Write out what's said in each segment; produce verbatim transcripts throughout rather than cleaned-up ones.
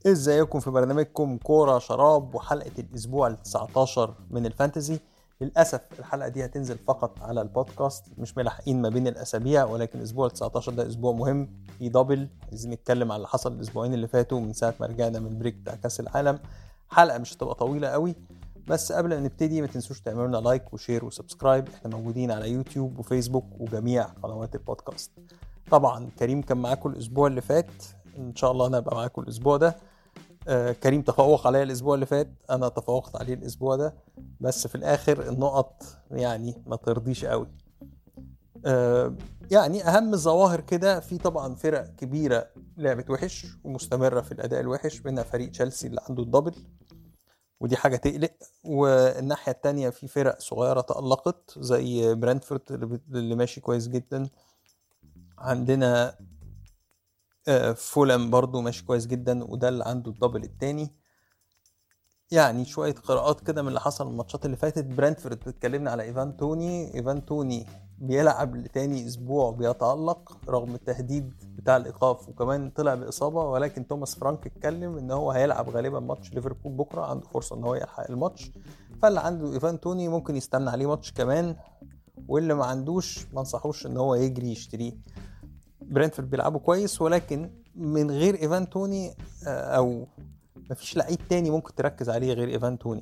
ازيكم في برنامجكم كورة شراب وحلقة الاسبوع التسعتاشر من الفانتزي. للأسف الحلقة دي هتنزل فقط على البودكاست، مش ملاحقين ما بين الأسابيع، ولكن الأسبوع التسعتاشر ده أسبوع مهم في دبل. عايزين نتكلم على اللي حصل الأسبوعين اللي فاتوا من ساعة ما رجعنا من بريك بتاع كأس العالم. حلقة مش هتبقى طويلة قوي، بس قبل ما نبتدي ما تنسوش تعملوا لنا لايك وشير وسبسكرايب. احنا موجودين على يوتيوب وفيسبوك وجميع قنوات البودكاست. طبعا كريم كان معاكم الأسبوع اللي فات، إن شاء الله أنا أبقى معاكم الأسبوع ده. آه كريم تفوق عليا الاسبوع اللي فات، انا تفوقت عليه الاسبوع ده، بس في الاخر النقط يعني ما ترضيش قوي. آه يعني اهم الظواهر كده، في طبعا فرق كبيرة لعبت وحش ومستمرة في الاداء الوحش، منها فريق تشيلسي اللي عنده الدبل ودي حاجة تقلق، والناحية التانية في فرق صغيرة تألقت زي برنتفورد اللي ماشي كويس جدا. عندنا آه فولام برضو ماشي كويس جدا وده اللي عنده الدبل التاني. يعني شوية قراءات كده من اللي حصل الماتشات اللي فاتت. برنتفورد اتكلمنا على ايفان توني. ايفان توني بيلعب لتاني اسبوع بيتألق رغم التهديد بتاع الايقاف، وكمان طلع باصابة، ولكن توماس فرانك اتكلم ان هو هيلعب غالبا ماتش ليفربول بكرة، عنده فرصة ان هو يلحق الماتش. فاللي عنده ايفان توني ممكن يستنى عليه ماتش كمان، واللي ما عندوش ما انصحوش ان هو يجري يشتريه. برنتفورد بيلعبوا كويس، ولكن من غير ايفان توني او مفيش لعيب تاني ممكن تركز عليه غير ايفان توني.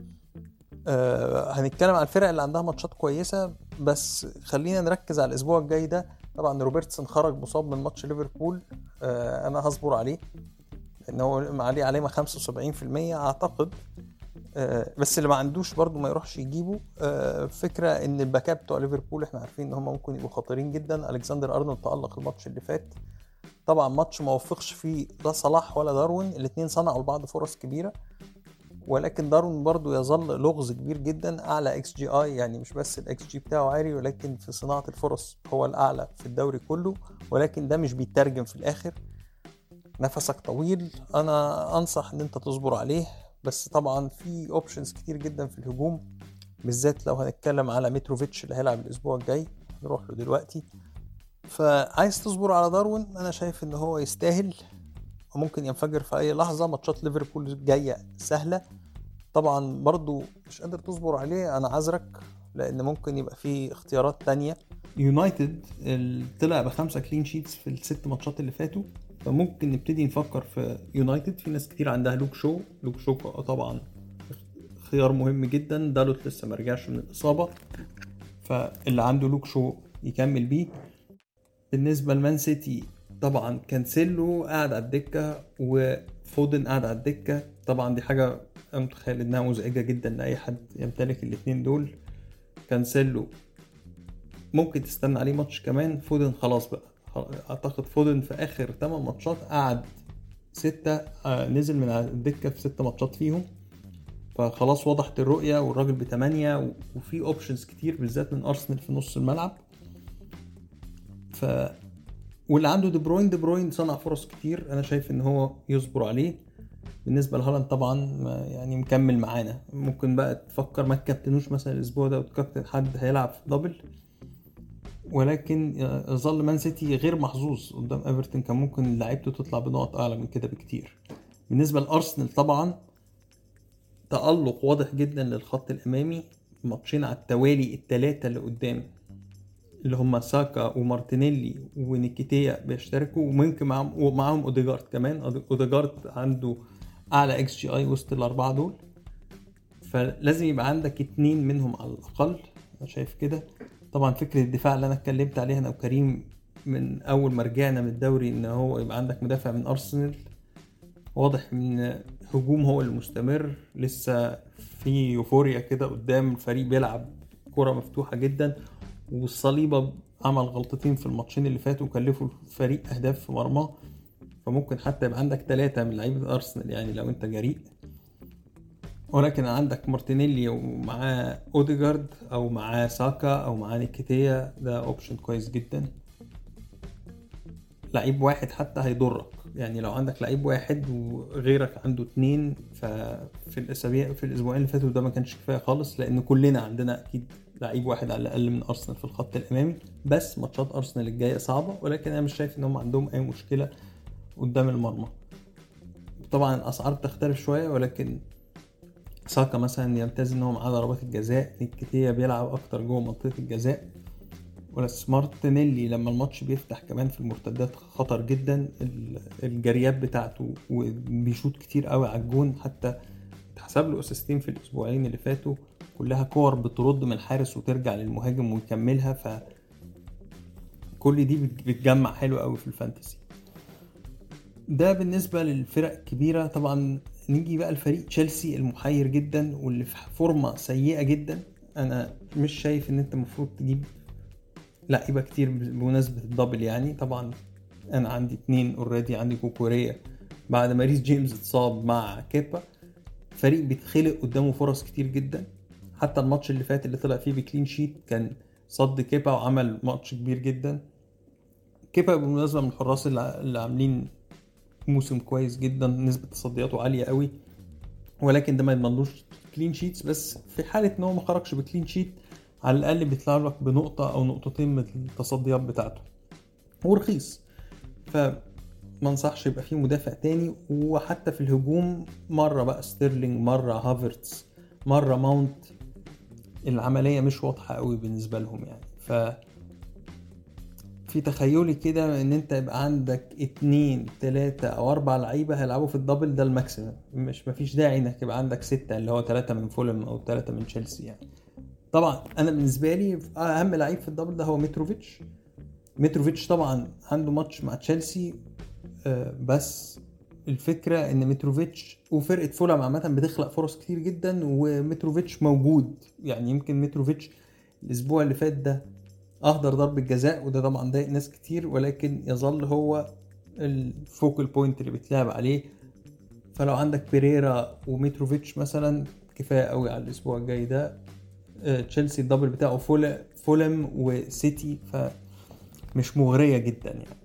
أه هنتكلم عن الفرق اللي عندها ماتشات كويسة، بس خلينا نركز على الاسبوع الجاي ده. طبعا روبرتسون خرج مصاب من ماتش ليفربول، أه انا هصبر عليه لان هو عليه علامة خمسة وسبعين في المية اعتقد. أه بس اللي ما عندوش برضو ما يروحش يجيبه. أه فكرة ان الباكاب بتوع ليفربول احنا عارفين ان هم ممكن يبقوا خطيرين جدا. الكسندر ارنولد تألق الماتش اللي فات، طبعا ماتش ما وفقش فيه لا صلاح ولا داروين، الاثنين صنعوا لبعض فرص كبيرة، ولكن داروين برضو يظل لغز كبير جدا، اعلى اكس جي اي، يعني مش بس الاكس جي بتاعه عالي ولكن في صناعة الفرص هو الاعلى في الدوري كله، ولكن ده مش بيترجم في الاخر. نفسك طويل، انا انصح ان انت تصبر عليه. بس طبعا في اوبشنز كتير جدا في الهجوم، بالذات لو هنتكلم على متروفيتش اللي هيلعب الاسبوع الجاي، نروح له دلوقتي. فعايز تصبر على داروين، انا شايف ان هو يستاهل وممكن ينفجر في اي لحظة. ماتشات ليفربول الجاية سهلة، طبعا برضو مش قادر تصبر عليه، انا عذرك، لان ممكن يبقى فيه اختيارات تانية. يونايتد طلع بخمسة كلين شيتس في الست ماتشات اللي فاتوا، فممكن نبتدي نفكر في يونايتد. في ناس كتير عندها لوك شو لوك شو طبعا خيار مهم جدا، دالوت لسه مرجعش من الإصابة، فاللي عنده لوك شو يكمل بيه. بالنسبة لمان سيتي طبعا كانسيلو قاعد على الدكة وفودن قاعد على الدكة، طبعا دي حاجة أنا متخيل إنها مزعجة جدا لأي حد يمتلك الاثنين دول. كانسيلو ممكن تستنى عليه ماتش كمان، فودن خلاص بقى، أعتقد فودن في آخر ثمان ماتشات قاعد ستة، آه نزل من على الدكة في ستة ماتشات فيهم، فخلاص وضحت الرؤية، والراجل بتمانية وفي اوبشنز كتير بالذات من أرسنال في نص الملعب. ف واللي عنده دي بروين دي بروين صنع فرص كتير، انا شايف ان هو يصبر عليه. بالنسبه لهالاند طبعا يعني مكمل معانا، ممكن بقى تفكر ما تكابتنوش مثلا الاسبوع ده وتكابتن حد هيلعب في دبل، ولكن ظل مان سيتي غير محظوظ قدام ايفرتون، كان ممكن لعيبته تطلع بنقط اعلى من كده بكتير. بالنسبه لارسنال طبعا تألق واضح جدا للخط الامامي، ماتشين على التوالي الثلاثه اللي قدام اللي هم ساكا ومارتينيلي ونيكيتيا بيشتركوا، وممكن معهم ومعهم اوديجارد كمان. اوديجارد عنده اعلى اكس جي اي وسط الاربعه دول، فلازم يبقى عندك اتنين منهم على الاقل، انا شايف كده. طبعا فكره الدفاع اللي انا اتكلمت عليها انا وكريم من اول ما رجعنا من الدوري، ان هو يبقى عندك مدافع من ارسنال، واضح من هجوم هو المستمر، لسه في يوفوريا كده قدام الفريق بيلعب كرة مفتوحة جدا، والصليبة عمل غلطتين في الماتشين اللي فاتوا وكلفوا الفريق أهداف في مرماه، فممكن حتى يبقى عندك ثلاثة من لعيبة أرسنال يعني لو أنت جريء. ولكن عندك مارتينيلي ومعاه أوديجارد أو معاه ساكا أو معاه نيكيتيا، ده أوبشن كويس جدا. لعيب واحد حتى هيضرك، يعني لو عندك لعيب واحد وغيرك عنده اتنين، ففي الأسابيع في الأسبوعين اللي فاتوا ده ما كانش كفاية خالص، لأن كلنا عندنا أكيد لعيب واحد على الأقل من أرسنال في الخط الأمامي. بس ماتشات أرسنال الجاية صعبة، ولكن أنا مش شايف إنهم عندهم أي مشكلة قدام المرمى. طبعا الاسعار بتختلف شويه، ولكن ساكا مثلا يمتاز ان هو معاه ضربات الجزاء، نيكيتيا بيلعب اكتر جوه منطقه الجزاء، ولا مارتينيلي لما الماتش بيفتح كمان في المرتدات خطر جدا، الجريات بتاعته وبيشوط كتير قوي على الجون، حتى اتحسب له اسيستين في الاسبوعين اللي فاتوا، كلها كور بترد من الحارس وترجع للمهاجم ويكملها، ف كل دي بتجمع حلو قوي في الفانتسي. ده بالنسبة للفرق الكبيرة. طبعا نيجي بقى الفريق تشيلسي المحير جدا واللي في فورمة سيئة جدا. انا مش شايف ان انت مفروض تجيب لعيبة كتير بمناسبة الدبل يعني. طبعا انا عندي اتنين اوريدي، عندي كوكوريا بعد ما ريس جيمس اتصاب مع كيبا، فريق بيتخلق قدامه فرص كتير جدا. حتى الماتش اللي فات اللي طلع فيه بكلين شيت كان صد كيبا وعمل ماتش كبير جدا. كيبا بالمناسبة من الحراس اللي عاملين موسم كويس جدا، نسبة تصدياته عالية قوي، ولكن ده ما يضمنلوش كلين شيتس. بس في حالة ان هو ما خرجش بكلين شيت على الاقل بيطلع لك بنقطة او نقطتين من التصديات بتاعته، ورخيص، فما انصحش يبقى فيه مدافع تاني. وحتى في الهجوم مرة بقى ستيرلينج، مرة هافرتس، مرة ماونت، العملية مش واضحة قوي بالنسبة لهم يعني. ف في تخيلي كده ان انت يبقى عندك اتنين تلاتة او اربع لعيبة هيلعبوا في الدبل، ده الماكسيمم، مش مفيش داعي انك يبقى عندك ستة اللي هو تلاتة من فولم او تلاتة من تشيلسي يعني. طبعا انا بالنسبة لي اهم لعيب في الدبل ده هو متروفيتش. متروفيتش طبعا عنده ماتش مع تشيلسي، بس الفكرة ان متروفيتش وفرقة فولم عامة بتخلق فرص كتير جدا ومتروفيتش موجود يعني. يمكن متروفيتش الاسبوع اللي فات ده اهدر ضربة جزاء، وده طبعا ضايق ناس كتير، ولكن يظل هو الفوكل بوينت اللي بتلعب عليه. فلو عندك بيريرا وميتروفيتش مثلا كفاية قوي على الاسبوع الجاي ده. تشيلسي الدبل بتاعه فول فولم وسيتي، فمش مغرية جدا يعني.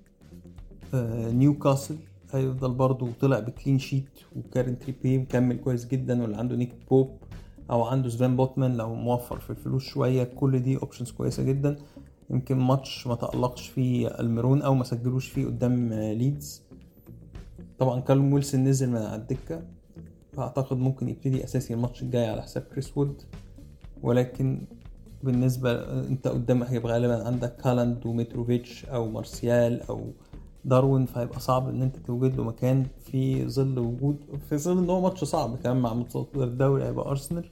نيوكاسل هيفضل برضو طلع بكلين شيت، وكارن تريبي مكمل كويس جدا، واللي عنده نيك بوب او عنده سفان بوتمان لو موفر في الفلوس شوية، كل دي اوبشنز كويسة جدا. يمكن ماتش ما تألقش فيه الميرون او ما سجلوش فيه قدام ليدز. طبعا كالوم ويلسون نزل من على الدكة، فاعتقد ممكن يبتدي اساسي الماتش الجاي على حساب كريس وود، ولكن بالنسبة انت قدامك هيبقى غالبا عندك هالاند وميتروفيتش او مارسيال او داروين، فهيبقى صعب ان انت توجد له مكان في ظل وجود في ظل ان هو ماتش صعب كمان مع متصدر الدوري هيبقى ارسنال.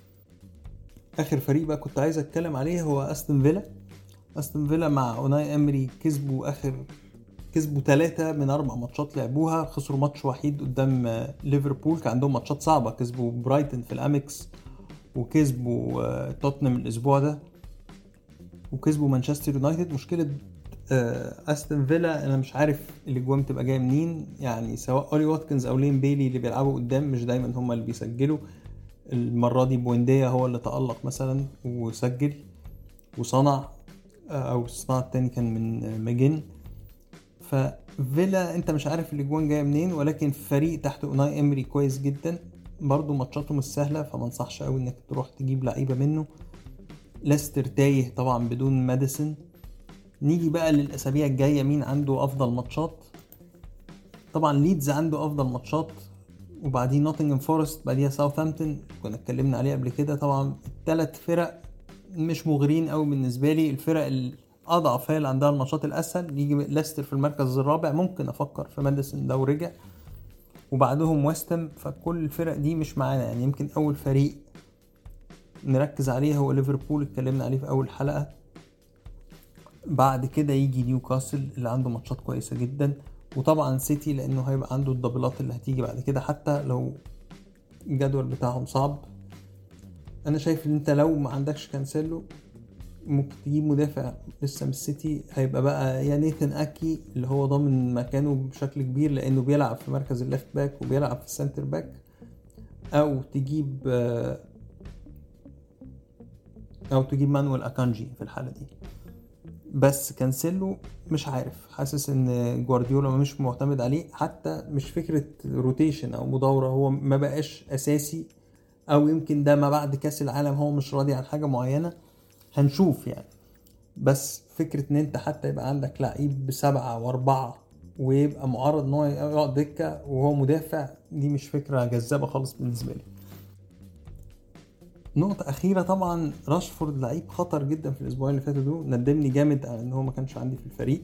اخر فريق بقى كنت عايز اتكلم عليه هو استون فيلا. استون فيلا مع اوناي امري كسبوا اخر كسبوا ثلاثة من اربع ماتشات لعبوها، خسروا ماتش وحيد قدام ليفربول. كان عندهم ماتشات صعبة، كسبوا برايتن في الاميكس، وكسبوا توتنهام الاسبوع ده، وكسبوا مانشستر يونايتد. مشكلة استون فيلا انا مش عارف الاجوان تبقى جايه منين يعني، سواء اولي واتكنز او لين بيلي اللي بيلعبوا قدام مش دايما هم اللي بيسجلوا. المره دي بوينديا هو اللي تألق مثلا وسجل وصنع، او الصناعه التاني كان من ماجين. ففيلا انت مش عارف الاجوان جايه منين، ولكن فريق تحت اوناي امري كويس جدا برضو، ماتشاته مش سهله، فما انصحش قوي انك تروح تجيب لعيبه منه. ليستر تايه طبعا بدون ماديسون. نيجي بقى للأسابيع الجاية، مين عنده أفضل ماتشات؟ طبعا ليدز عنده أفضل ماتشات، وبعدين نوتنغهام فورست، بعديها ساوثهامبتون كنا اتكلمنا عليه قبل كده. طبعا الثلاث فرق مش مغرين قوي بالنسبة لي. الفرق الأضعف هي اللي عندها الماتشات الأسهل. يجي ليستر في المركز الرابع، ممكن أفكر في ماديسون لو رجع، وبعدهم ويستم. فكل الفرق دي مش معانا يعني. يمكن أول فريق نركز عليه هو ليفربول، اتكلمنا عليه في أول حلقة. بعد كده يجي نيوكاسل اللي عنده ماتشات كويسة جدا، وطبعا سيتي لانه هيبقى عنده الدبلات اللي هتيجي بعد كده حتى لو الجدول بتاعهم صعب. انا شايف ان انت لو ما عندكش كانسيلو ممكن تجيب مدافع لسه من السيتي، هيبقى بقى يا نيثن اكي اللي هو ضامن مكانه بشكل كبير لانه بيلعب في مركز الليفت باك وبيلعب في السنتر باك، او تجيب او تجيب مانويل اكانجي في الحالة دي. بس كانسيلو مش عارف، حاسس ان جوارديولا مش معتمد عليه، حتى مش فكرة روتيشن او مدورة، هو ما بقاش اساسي، او يمكن ده ما بعد كاس العالم هو مش راضي عن حاجة معينة، هنشوف يعني. بس فكرة ان انت حتى يبقى عندك لعيب بسبعة واربعة ويبقى معرض ان هو يقعد دكه وهو مدافع، دي مش فكره جذابه خالص بالنسبه لي. نقطة أخيرة، طبعا راشفورد لعيب خطر جدا في الأسبوعين اللي فاتوا دول، ندمني جامد ان هو ما كانش عندي في الفريق.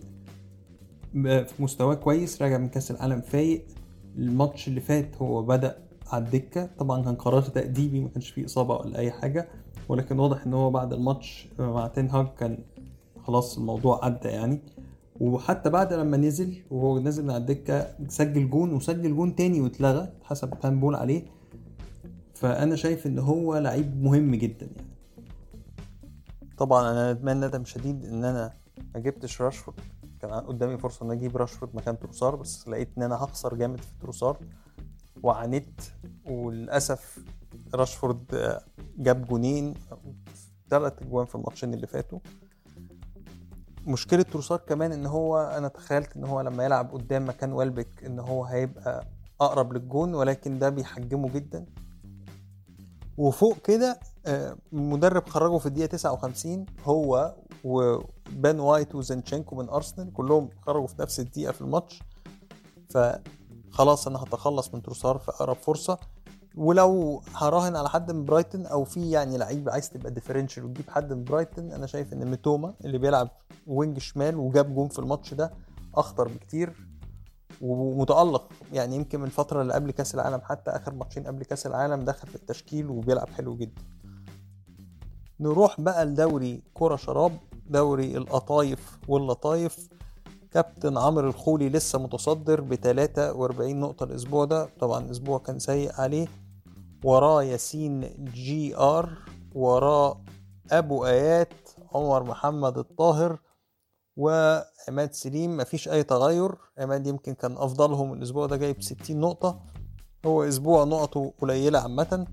في مستواه كويس، راجع من كأس العالم فايق. الماتش اللي فات هو بدأ على الدكة، طبعا كان قرار تأديبي، ما كانش فيه إصابة ولا أي حاجة، ولكن واضح ان هو بعد الماتش مع تين هاج كان خلاص الموضوع عدى يعني. وحتى بعد لما نزل وهو نزل من على الدكة سجل جون، وسجل جون تاني واتلغى حسب هاندبول عليه. فأنا شايف ان هو لعيب مهم جدا يعني. طبعا انا ندمان ندم شديد ان انا ما جبتش راشفورد، كان قدامي فرصة ان اجيب راشفورد مكان تروسار، بس لقيت ان انا هخسر جامد في تروسار وعانيت. وللأسف راشفورد جاب جونين، ثلاث جوان في الماتشين اللي فاتوا. مشكلة تروسار كمان ان هو انا تخيلت ان هو لما يلعب قدام مكان ويلبك ان هو هيبقى اقرب للجون، ولكن ده بيحجمه جدا. وفوق كده المدرب خرجه في الدقيقة تسعة وخمسين، هو وبان وايت وزنشنكو من ارسنال كلهم خرجوا في نفس الدقيقة في الماتش. فخلاص انا هتخلص من تروسار في اقرب فرصة. ولو هراهن على حد من برايتن او في يعني لعيب عايز تبقى ديفرنشال وتجيب حد من برايتن، انا شايف ان ميتوما اللي بيلعب وينج شمال وجاب جون في الماتش ده اخطر بكتير ومتألق يعني. يمكن من الفترة اللي قبل كاس العالم، حتى اخر ماتشين قبل كاس العالم دخل في التشكيل وبيلعب حلو جدا. نروح بقى لدوري كرة شراب، دوري القطايف واللطايف. كابتن عمرو الخولي لسه متصدر ب ثلاثة وأربعين نقطة الاسبوع ده، طبعا الاسبوع كان سيء عليه. وراه ياسين جي ار، وراه ابو ايات عمر محمد الطاهر وعماد سليم. مفيش اي تغير، عماد يمكن كان افضلهم الاسبوع ده جايب ستين نقطة. هو اسبوع نقطه قليلة عامة.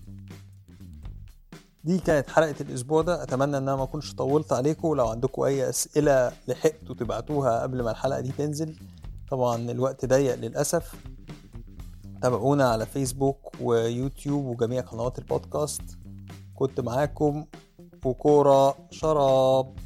دي كانت حلقة الاسبوع ده، اتمنى ان انا ما اكونش طولت عليكم. لو عندكم اي اسئلة لحقتوا تبعتوها قبل ما الحلقة دي تنزل، طبعا الوقت ضيق للأسف. تابعونا على فيسبوك ويوتيوب وجميع قنوات البودكاست. كنت معاكم وكورة شراب.